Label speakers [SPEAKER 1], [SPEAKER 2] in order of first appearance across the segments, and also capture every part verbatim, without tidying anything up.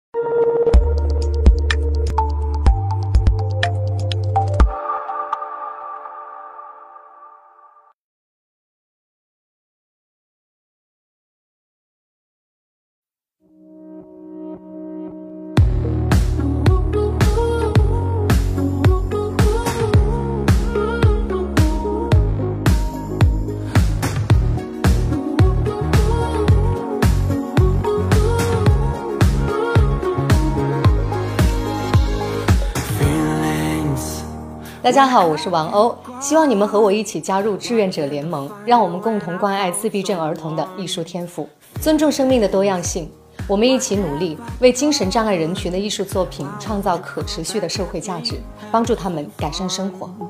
[SPEAKER 1] 大家好，我是王欧，希望你们和我一起加入志愿者联盟，让我们共同关爱自闭症儿童的艺术天赋，尊重生命的多样性。我们一起努力，为精神障碍人群的艺术作品创造可持续的社会价值，帮助他们改善生活。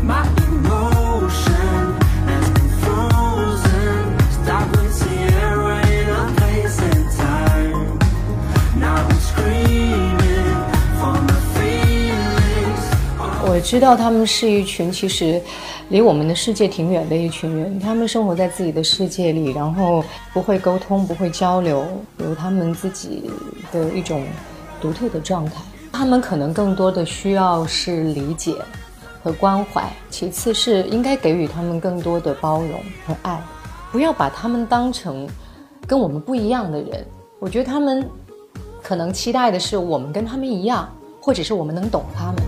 [SPEAKER 1] 我知道他们是一群其实离我们的世界挺远的一群人，他们生活在自己的世界里，然后不会沟通，不会交流，有他们自己的一种独特的状态。他们可能更多的需要是理解和关怀，其次是应该给予他们更多的包容和爱，不要把他们当成跟我们不一样的人。我觉得他们可能期待的是我们跟他们一样，或者是我们能懂他们。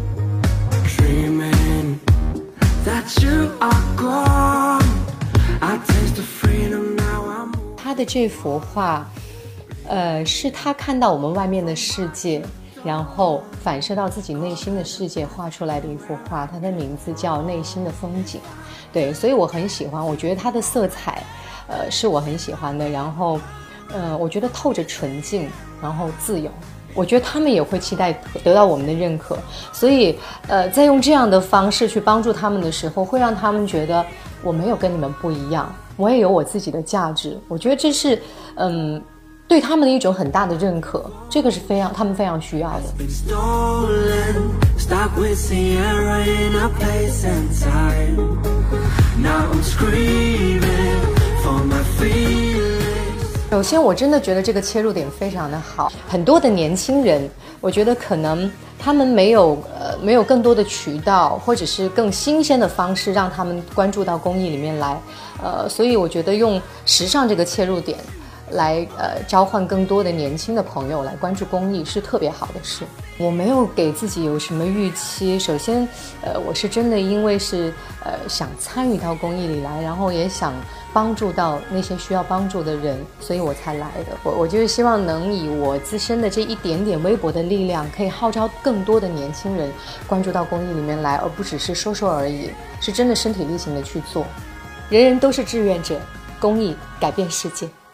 [SPEAKER 1] 他的这幅画呃，是他看到我们外面的世界，然后反射到自己内心的世界画出来的一幅画，它的名字叫内心的风景。对，所以我很喜欢，我觉得它的色彩呃，是我很喜欢的，然后呃，我觉得透着纯净，然后自由。我觉得他们也会期待得到我们的认可，所以呃，在用这样的方式去帮助他们的时候，会让他们觉得我没有跟你们不一样，我也有我自己的价值。我觉得这是嗯，对他们的一种很大的认可，这个是非常他们非常需要的。首先我真的觉得这个切入点非常的好，很多的年轻人我觉得可能他们没有呃没有更多的渠道或者是更新鲜的方式让他们关注到公益里面来，呃，所以我觉得用时尚这个切入点来呃召唤更多的年轻的朋友来关注公益是特别好的事。我没有给自己有什么预期，首先呃我是真的因为是呃想参与到公益里来，然后也想帮助到那些需要帮助的人，所以我才来的。我我就是希望能以我自身的这一点点微薄的力量，可以号召更多的年轻人关注到公益里面来，而不只是说说而已，是真的身体力行的去做。人人都是志愿者，公益改变世界。